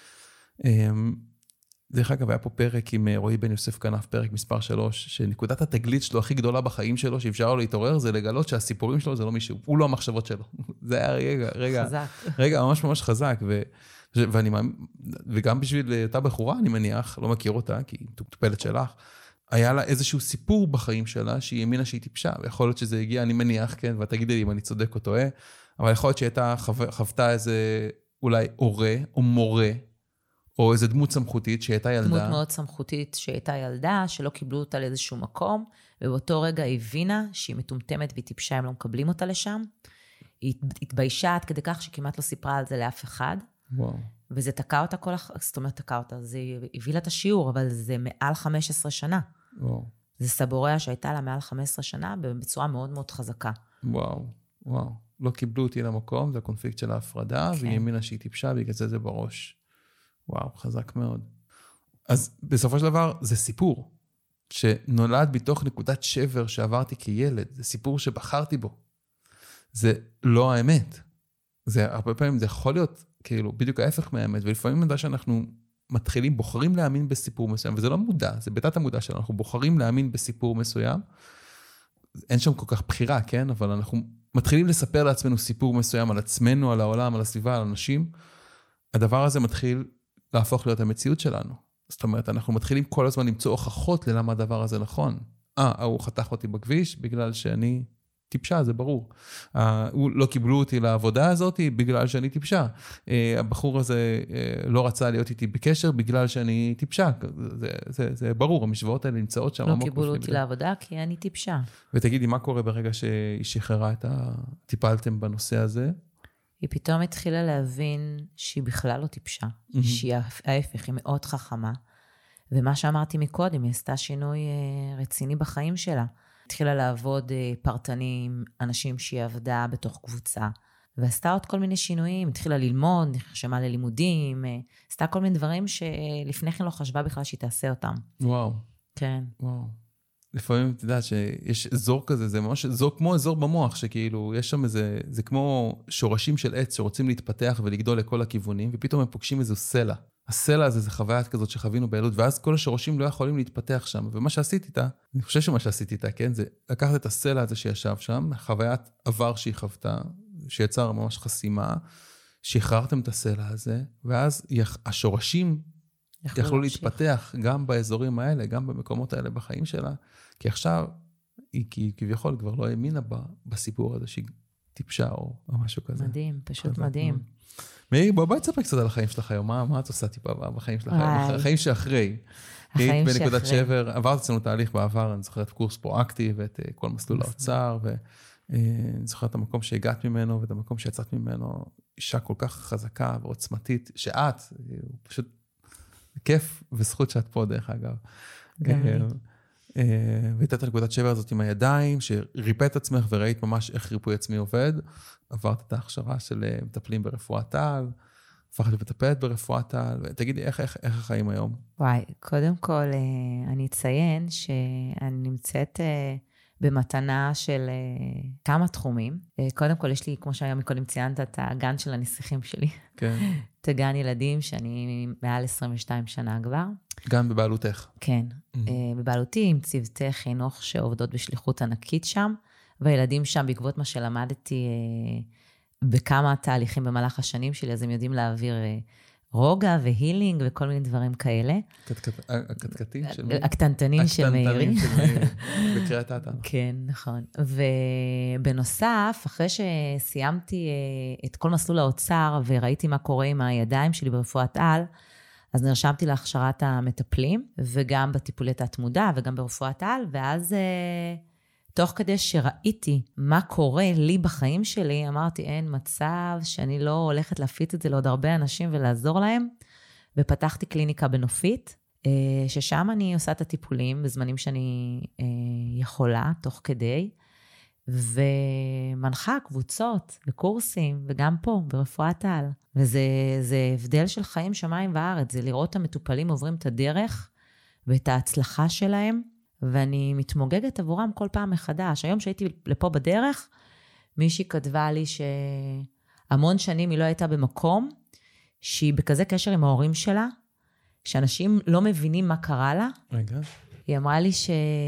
דרך אגב, היה פה פרק עם רועי בן יוסף כנף, פרק מספר שלוש, שנקודת התגלית שלו הכי גדולה בחיים שלו, שאפשר לו להתעורר, זה לגלות שהסיפורים שלו זה לא מישהו, הוא לא המחשבות שלו. זה היה רגע, רגע, חזק. רגע ממש ממש חזק, ו, ואני, וגם בשביל אותה בחורה, אני מניח, לא מכיר אותה, כי היא מטופלת שלך, היה לה איזשהו סיפור בחיים שלה, שהיא האמינה שהיא טיפשה, ויכול להיות שזה הגיע, אני מניח, כן, ותגידי לי אם אני צודק או טועה, אבל יכול להיות שהייתה חוותה איזה, אולי הורה או מורה, או איזו דמות סמכותית שהייתה ילדה. דמות מאוד סמכותית שהייתה ילדה, שלא קיבלו אותה לאיזשהו מקום, ובאותו רגע הבינה שהיא מטומטמת והיא טיפשה, הם לא מקבלים אותה לשם. היא התביישה עד כדי כך שכמעט לא סיפרה על זה לאף אחד. וואו. וזה תקע אותה כל הח... זאת אומרת, תקע אותה, זה הביא לה את השיעור, אבל זה מעל חמש עשרה שנה. וואו. זה סבוריה שהייתה לה מעל חמש עשרה שנה, בצורה מאוד מאוד חזקה. וואו, וואו. לא קיבלו אותי למקום, זה הקונפליקט של ההפרדה, כן. והיא האמינה שהיא טיפשה, בגלל זה זה בראש. וואו, חזק מאוד. אז בסופו של דבר, זה סיפור שנולד בתוך נקודת שבר שעברתי כילד. זה סיפור שבחרתי בו. זה לא האמת. זה הרבה פעמים, זה יכול להיות כאילו בדיוק ההפך מהאמת, ולפעמים מדע שאנחנו מתחילים, בוחרים להאמין בסיפור מסוים, וזה לא מודע, זה בתת המודע שלנו, אנחנו בוחרים להאמין בסיפור מסוים, אין שם כל כך בחירה, כן? אבל אנחנו מתחילים לספר לעצמנו סיפור מסוים על עצמנו, על העולם, על הסביבה, על אנשים. הדבר הזה מתחיל להפוך להיות המציאות שלנו. זאת אומרת, אנחנו מתחילים כל הזמן למצוא הוכחות ללמה הדבר הזה נכון. אה, הוא חתך אותי בכביש בגלל שאני טיפשה, זה ברור. אה, הוא לא קיבלו אותי לעבודה הזאת בגלל שאני טיפשה. אה, הבחור הזה אה, לא רצה להיות איתי בקשר בגלל שאני טיפשה. זה, זה, זה ברור, המשוואות האלה נמצאות שם. לא קיבלו אותי לעבודה כי אני טיפשה. ותגידי, מה קורה ברגע שהיא שחררה את ה... טיפלתם בנושא הזה? היא פתאום התחילה להבין שהיא בכלל לא טיפשה, mm-hmm. שהיא ההפך, היא מאוד חכמה, ומה שאמרתי מקודם, היא עשתה שינוי רציני בחיים שלה. התחילה לעבוד פרטני עם אנשים שהיא עבדה בתוך קבוצה, ועשתה עוד כל מיני שינויים, התחילה ללמוד, נרשמה ללימודים, עשתה כל מיני דברים שלפני כן לא חשבה בכלל שהיא תעשה אותם. וואו. כן. וואו. לפעמים אתה יודע שיש אזור כזה, זה ממש אזור, כמו אזור במוח, שכאילו יש שם איזה, זה כמו שורשים של עץ שרוצים להתפתח ולגדול לכל הכיוונים, ופתאום הם פוגשים איזו סלע. הסלע הזה זה חוויית כזאת שחווינו בילדות, ואז כל השורשים לא יכולים להתפתח שם. ומה שעשיתי איתה, אני חושב שמה שעשיתי איתה, כן, זה לקחת את הסלע הזה שישב שם, חוויית עבר שהיא חוותה, שיצר ממש חסימה, שחררתם את הסלע הזה, ואז השורשים יכלו להתפתח גם באזורים האלה, גם במקומות האלה בחיים שלה, כי עכשיו היא כביכול כבר לא האמינה בסיפור הזה שהיא טיפשה או משהו כזה. מדהים, פשוט מדהים. מאיר, בואי תספר קצת על החיים שלך היום, מה את עושה טיפה בחיים שלך? החיים שאחרי. החיים שאחרי. בנקודת שבר, עברת אצלנו תהליך בעבר, אני זוכרת קורס פרואקטיב, ואת כל מסלול האוצר, ואני זוכרת את המקום שהגעת ממנו, ואת המקום שיצאת ממנו, אישה כל כך חזקה ועוצמתית, שאת, פשוט כיף וזכות שאת פה דרך אגב. גם אני. והייתה את הנקודת שבר הזאת עם הידיים, שריפאת את עצמך וראית ממש איך ריפוי עצמי עובד, עברת את ההכשרה של מטפלים ברפואת העל, הפכת למטפלת ברפואת העל, ותגידי, איך, איך, איך החיים היום? וואי, קודם כל, אני אציין שאני נמצאת במתנה של כמה תחומים. קודם כל, יש לי, כמו שהיום מקודם ציינת, את הגן של הנסיכים שלי. כן. את הגן ילדים, שאני מעל עשרים ושתיים שנה כבר. גן בבעלותך. כן. Mm-hmm. בבעלותי עם צוותי חינוך שעובדות בשליחות ענקית שם, והילדים שם, בעקבות מה שלמדתי בכמה תהליכים במהלך השנים שלי, אז הם יודעים להעביר רוגע והילינג וכל מיני דברים כאלה. הקטקטים של מאיר. הקטנטנים של מאירי. הקטנטנים של מאיר, בקריאת אתא. כן, נכון. ובנוסף, אחרי שסיימתי את כל מסלול האוצר, וראיתי מה קורה עם הידיים שלי ברפואת על, אז נרשמתי להכשרת המטפלים, וגם בטיפולי תת-מודע, וגם ברפואת על, ואז תוך כדי שראיתי מה קורה לי בחיים שלי, אמרתי, אין מצב שאני לא הולכת להפיץ את זה לעוד הרבה אנשים ולעזור להם, ופתחתי קליניקה בנופית, ששם אני עושה את הטיפולים בזמנים שאני יכולה, תוך כדי, ומנחה קבוצות וקורסים, וגם פה, ברפואת על. וזה זה הבדל של חיים שמיים וארץ, זה לראות את המטופלים עוברים את הדרך, ואת ההצלחה שלהם, ואני מתמוגגת עבורם כל פעם מחדש. היום שהייתי לפה בדרך, מישהי כתבה לי שהמון שנים היא לא הייתה במקום, שהיא בכזה קשר עם ההורים שלה, שאנשים לא מבינים מה קרה לה. רגע. היא אמרה לי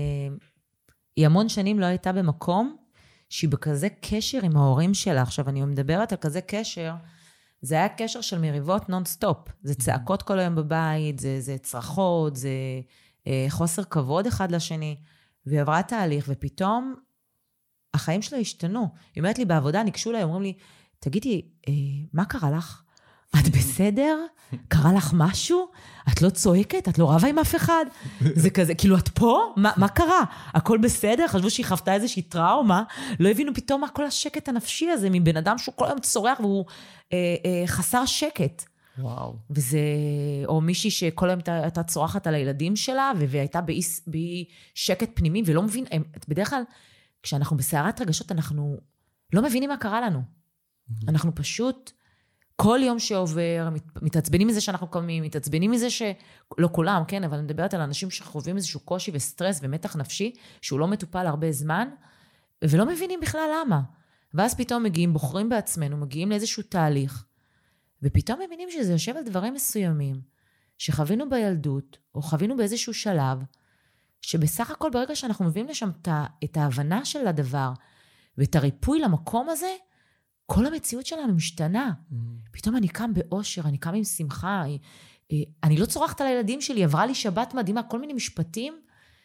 שהיא המון שנים לא הייתה במקום, שהיא בכזה קשר עם ההורים שלה. עכשיו, אני מדברת על כזה קשר, זה היה קשר של מריבות נון-סטופ. זה צעקות כל היום בבית, זה, זה צרחות, זה אה, חוסר כבוד אחד לשני. והיא עברה תהליך, ופתאום החיים שלה השתנו. היא אומרת לי בעבודה, ניגשו לה, אומרים לי, תגידי, אה, מה קרה לך? את בסדר? קרה לך משהו? את לא צועקת? את לא רבה עם אף אחד? זה כזה, כאילו, את פה? מה, מה קרה? הכל בסדר? חשבו שהיא חוותה איזושהי טראומה? לא הבינו פתאום מה כל השקט הנפשי הזה, מבן אדם שהוא כל היום צורח והוא אה, אה, חסר שקט. וואו. וזה, או מישהי שכל היום הייתה צורחת על הילדים שלה, והייתה באי, באי שקט פנימי, ולא מבין, בדרך כלל, כשאנחנו בסערת רגשות, אנחנו לא מבינים מה קרה לנו. אנחנו פשוט כל יום שעובר, מתעצבנים מזה שאנחנו קמים, מתעצבנים מזה שלא כולם, כן, אבל אני מדברת על אנשים שחווים איזשהו קושי וסטרס ומתח נפשי, שהוא לא מטופל הרבה זמן, ולא מבינים בכלל למה. ואז פתאום מגיעים, בוחרים בעצמנו, מגיעים לאיזשהו תהליך, ופתאום מבינים שזה יושב על דברים מסוימים, שחווינו בילדות, או חווינו באיזשהו שלב, שבסך הכל ברגע שאנחנו מביאים לשם את ההבנה של הדבר, ואת הריפוי למקום הזה, כל המציאות שלנו משתנה. Mm-hmm. פתאום אני קם באושר, אני קם עם שמחה, אני לא צורחת על הילדים שלי, עברה לי שבת מדהימה, כל מיני משפטים,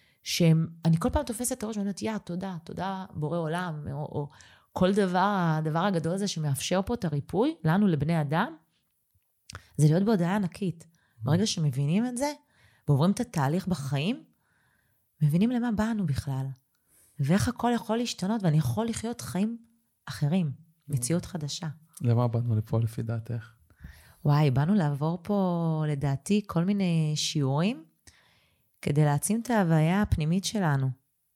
שאני כל פעם תופסת את הראש, ואני אומרת, יא, תודה, תודה, בורא עולם, או, או כל דבר, הדבר הגדול הזה שמאפשר פה את הריפוי, לנו לבני אדם, זה להיות בהודעה ענקית. Mm-hmm. ברגע שמבינים את זה, ועוברים את התהליך בחיים, מבינים למה באנו בכלל, ואיך הכל יכול להשתנות, ואני יכול לחיות חיים אחרים. מציאות חדשה. למה באנו לפה לפי דעתך? וואי, באנו לעבור פה, לדעתי, כל מיני שיעורים, כדי להעצים את ההוויה הפנימית שלנו.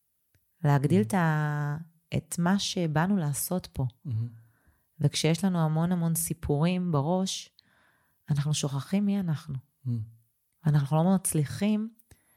להגדיל את, ה... את מה שבאנו לעשות פה. וכשיש לנו המון המון סיפורים בראש, אנחנו שוכחים מי אנחנו. ואנחנו לא מצליחים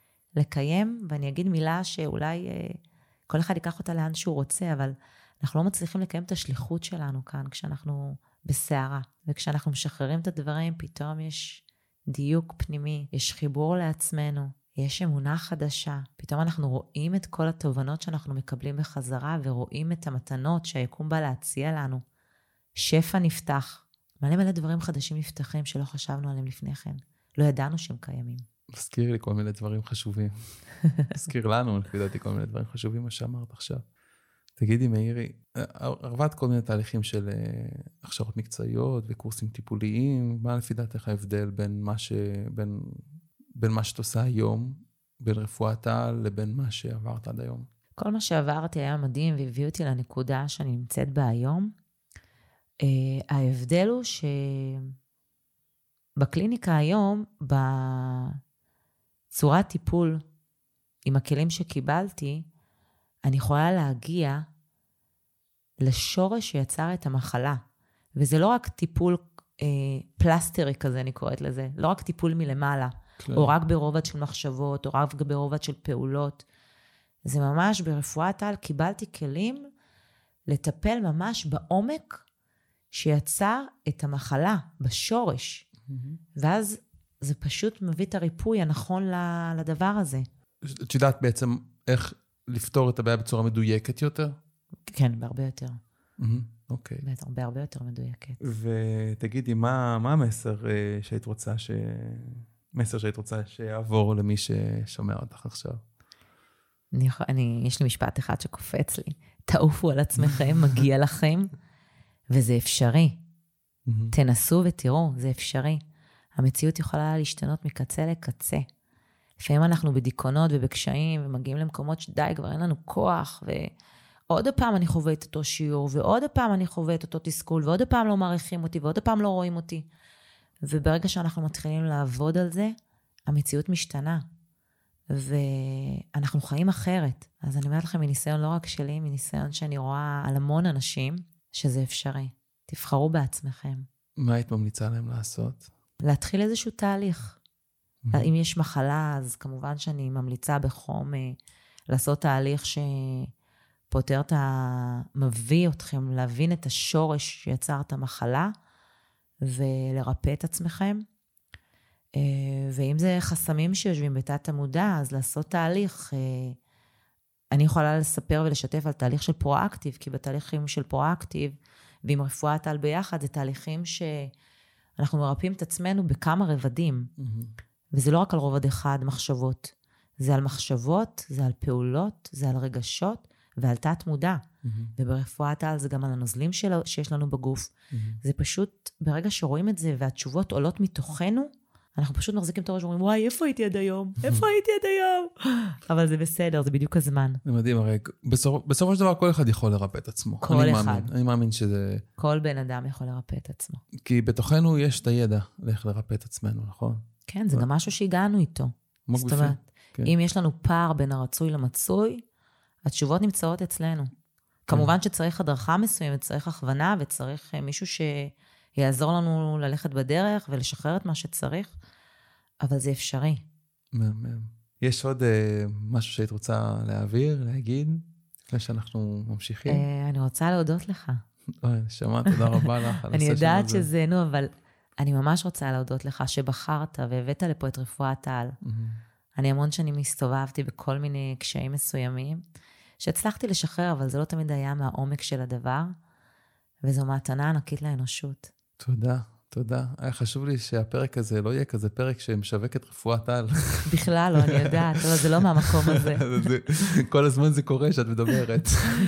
לקיים, ואני אגיד מילה שאולי כל אחד ייקח אותה לאן שהוא רוצה, אבל אנחנו לא מצליחים לקיים את השליחות שלנו כאן, כשאנחנו בסערה. וכשאנחנו משחררים את הדברים, פתאום יש דיוק פנימי, יש חיבור לעצמנו, יש אמונה חדשה. פתאום אנחנו רואים את כל התובנות שאנחנו מקבלים בחזרה, ורואים את המתנות שהיקום בא להציע לנו. שפע נפתח. מלא מלא דברים חדשים נפתחים שלא חשבנו עליהם לפני כן. לא ידענו שהם קיימים. מזכיר לי כל מיני דברים חשובים. מזכיר לנו, לפי דעתי, כל מיני דברים חשובים, מה שאמרת עכשיו. תגידי, מאירי, ערבת כל מיני תהליכים של הכשרות מקצועיות וקורסים טיפוליים, מה לפי דעתך ההבדל בין מה ש... בין, בין מה שאת עושה היום, בין רפואת העל לבין מה שעברת עד היום? כל מה שעברתי היה מדהים והביא אותי לנקודה שאני נמצאת בה היום. ההבדל הוא שבקליניקה היום, בצורת טיפול עם הכלים שקיבלתי, אני יכולה להגיע לשורש שיצר את המחלה. וזה לא רק טיפול אה, פלסטרי כזה, אני קוראת לזה. לא רק טיפול מלמעלה, כן. או רק ברובד של מחשבות, או רק ברובד של פעולות. זה ממש ברפואת העל, קיבלתי כלים לטפל ממש בעומק שיצר את המחלה, בשורש. Mm-hmm. ואז זה פשוט מביא את הריפוי הנכון לדבר הזה. את יודעת בעצם איך לפתור את הבעיה בצורה מדויקת יותר? כן, בהרבה יותר. אוקיי. בטח, בהרבה יותר מדויקת. ותגידי, מה, מה המסר שהיית רוצה ש... מסר שהיית רוצה שיעבור למי ששומע אותך עכשיו? אני, אני, יש לי משפט אחד שקופץ לי. תעופו על עצמכם, מגיע לכם, וזה אפשרי. תנסו ותראו, זה אפשרי. המציאות יכולה להשתנות מקצה לקצה. לפעמים אנחנו בדיכאונות ובקשיים, ומגיעים למקומות שדי, כבר אין לנו כוח, ועוד הפעם אני חווה את אותו שיעור, ועוד הפעם אני חווה את אותו תסכול, ועוד הפעם לא מעריכים אותי, ועוד הפעם לא רואים אותי. וברגע שאנחנו מתחילים לעבוד על זה, המציאות משתנה. ואנחנו חיים אחרת. אז אני אומרת לכם, מניסיון לא רק שלי, מניסיון שאני רואה על המון אנשים, שזה אפשרי. תבחרו בעצמכם. מה היית ממליצה להם לעשות? להתחיל איזשהו תהליך. Mm-hmm. אם יש מחלה, אז כמובן שאני ממליצה בחום לעשות תהליך שפותר את ה... מביא אתכם להבין את השורש שיצר את המחלה, ולרפא את עצמכם. ואם זה חסמים שיושבים בתת המודע, אז לעשות תהליך. אני יכולה לספר ולשתף על תהליך של פרואקטיב, כי בתהליכים של פרואקטיב, ועם רפואת העל ביחד, זה תהליכים שאנחנו מרפאים את עצמנו בכמה רבדים. Mm-hmm. וזה לא רק על רובד אחד, מחשבות. זה על מחשבות, זה על פעולות, זה על רגשות, ועל תת מודע. Mm-hmm. וברפואת העל זה גם על הנוזלים של, שיש לנו בגוף. Mm-hmm. זה פשוט, ברגע שרואים את זה, והתשובות עולות מתוכנו, אנחנו פשוט מחזיקים את הראש ואומרים, וואי, איפה הייתי עד היום? איפה הייתי עד היום? אבל זה בסדר, זה בדיוק הזמן. זה מדהים, הרי בסופו, בסופו של דבר כל אחד יכול לרפא את עצמו. כל אני אחד. מאמין, אני מאמין שזה... כל בן אדם יכול לרפא את עצמו. כי בתוכנו יש את הידע לאיך לרפא את עצמנו, נכון? כן, זה ו... גם משהו שהגענו איתו. זאת אומרת, כן. אם יש לנו פער בין הרצוי למצוי, התשובות נמצאות אצלנו. כן. כמובן שצריך הדרכה מסוימת, צריך הכוונה, וצריך מישהו שיעזור לנו ללכת בדרך ולשחרר את מה שצריך. אבל זה אפשרי. מהמם. יש עוד uh, משהו שהיית רוצה להעביר, להגיד, לפני שאנחנו ממשיכים? Uh, אני רוצה להודות לך. אוי, שמע, תודה רבה לך. אני יודעת שזה, נו, אבל אני ממש רוצה להודות לך שבחרת והבאת לפה את רפואת העל. Mm-hmm. אני המון שנים הסתובבתי בכל מיני קשיים מסוימים, שהצלחתי לשחרר, אבל זה לא תמיד היה מהעומק של הדבר, וזו מתנה ענקית לאנושות. תודה. תודה. היה חשוב לי שהפרק הזה לא יהיה כזה פרק שמשווק את רפואת העל. בכלל לא, אני יודעת, אבל זה לא מהמקום הזה. כל הזמן זה קורה שאת מדברת.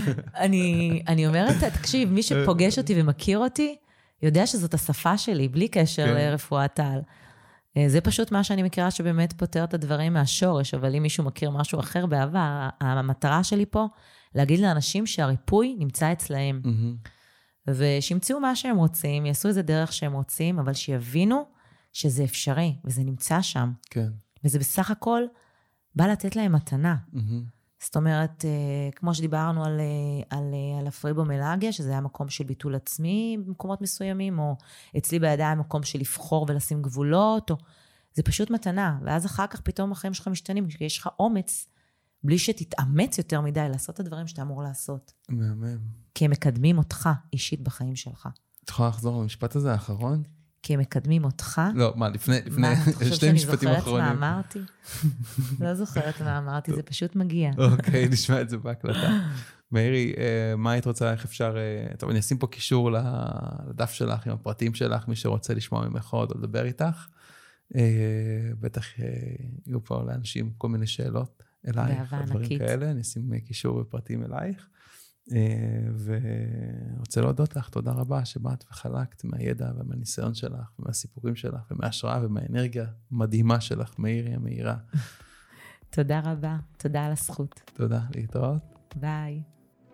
אני אומרת, תקשיב, מי שפוגש אותי ומכיר אותי, יודע שזאת השפה שלי, בלי קשר לרפואת העל. זה פשוט מה שאני מכירה שבאמת פותר את הדברים מהשורש, אבל אם מישהו מכיר משהו אחר בעבר, המטרה שלי פה, להגיד לאנשים שהריפוי נמצא אצלהם. ושימצאו מה שהם רוצים, יעשו איזה דרך שהם רוצים, אבל שיבינו שזה אפשרי, וזה נמצא שם. כן. וזה בסך הכל בא לתת להם מתנה. Mm-hmm. זאת אומרת, כמו שדיברנו על, על, על הפריבומלגיה, שזה היה מקום של ביטול עצמי במקומות מסוימים, או אצלי בידיים מקום של לבחור ולשים גבולות, או... זה פשוט מתנה. ואז אחר כך פתאום החיים שלך משתנים, כי יש לך אומץ, בלי שתתאמץ יותר מדי לעשות את הדברים שאתה אמור לעשות. מהמם. כי הם מקדמים אותך אישית בחיים שלך. את יכולה לחזור למשפט הזה האחרון? כי הם מקדמים אותך. לא, מה, לפני, לפני שתי משפטים אחרונים. מה, מה אמרתי? לא זוכרת מה אמרתי, זה פשוט מגיע. אוקיי, נשמע את זה בהקלטה. מאירי, מה היית רוצה, איך אפשר, טוב, אני אשים פה קישור לדף שלך, עם הפרטים שלך, מי שרוצה לשמוע ממך עוד או לדבר איתך. בטח יהיו פה לאנשים כל מיני שאלות אלייך, דברים כאלה, אני אשים קישור ופרטים אלייך. ורוצה להודות לך, תודה רבה שבאת וחלקת מהידע ומהניסיון שלך, ומהסיפורים שלך, ומההשראה ומהאנרגיה המדהימה שלך, מאירי המאירה. תודה רבה, תודה על הזכות. תודה, להתראות. ביי.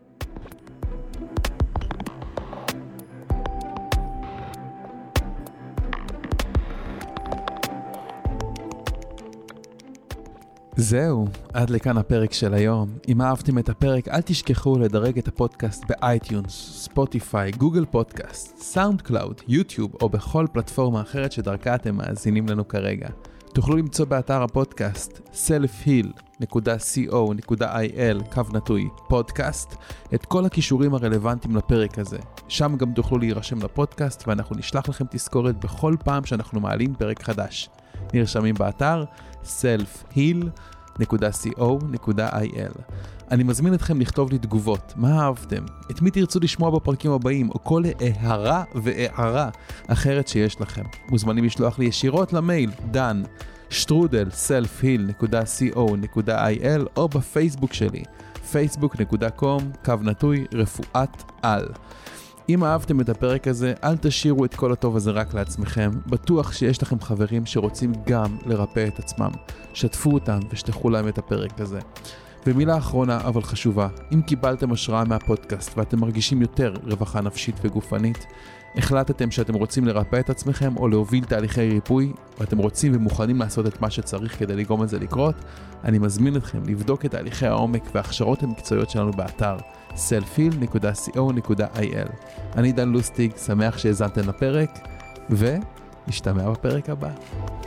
זהו, עד לכאן הפרק של היום. אם אהבתם את הפרק, אל תשכחו לדרג את הפודקאסט באייטיונס, ספוטיפיי, גוגל פודקאסט, סאונד קלאוד, יוטיוב או בכל פלטפורמה אחרת שדרכה אתם מאזינים לנו כרגע. תוכלו למצוא באתר הפודקאסט סלף היל נקודה קו נקודה איי אל קו נטוי פודקאסט את כל הכישורים הרלוונטיים לפרק הזה. שם גם תוכלו להירשם לפודקאסט ואנחנו נשלח לכם תזכורת בכל פעם שאנחנו מעלים פרק חדש. נרשמים באתר סלף היל נקודה קו נקודה איי אל. אני מזמין אתכם לכתוב לי תגובות, מה אהבתם, את מי תרצו לשמוע בפרקים הבאים, או כל הערה והערה אחרת שיש לכם. מוזמנים לשלוח לי ישירות למייל דן שטרודל סלף היל נקודה קו נקודה איי אל או בפייסבוק שלי, פייסבוק נקודה קום קו נטוי רפואת על. אם אהבתם את הפרק הזה, אל תשאירו את כל הטוב הזה רק לעצמכם. בטוח שיש לכם חברים שרוצים גם לרפא את עצמם. שתפו אותם ושתחו להם את הפרק הזה. ומילה אחרונה אבל חשובה, אם קיבלתם השראה מהפודקאסט ואתם מרגישים יותר רווחה נפשית וגופנית, החלטתם שאתם רוצים לרפא את עצמכם או להוביל תהליכי ריפוי, ואתם רוצים ומוכנים לעשות את מה שצריך כדי לגרום את זה לקרות, אני מזמין אתכם לבדוק את תהליכי העומק וההכשרות המקצועיות שלנו באתר סלף היל נקודה קו נקודה איי אל. אני דן לוסטיג, שמח שהזנתם לפרק, ונשתמע בפרק הבא.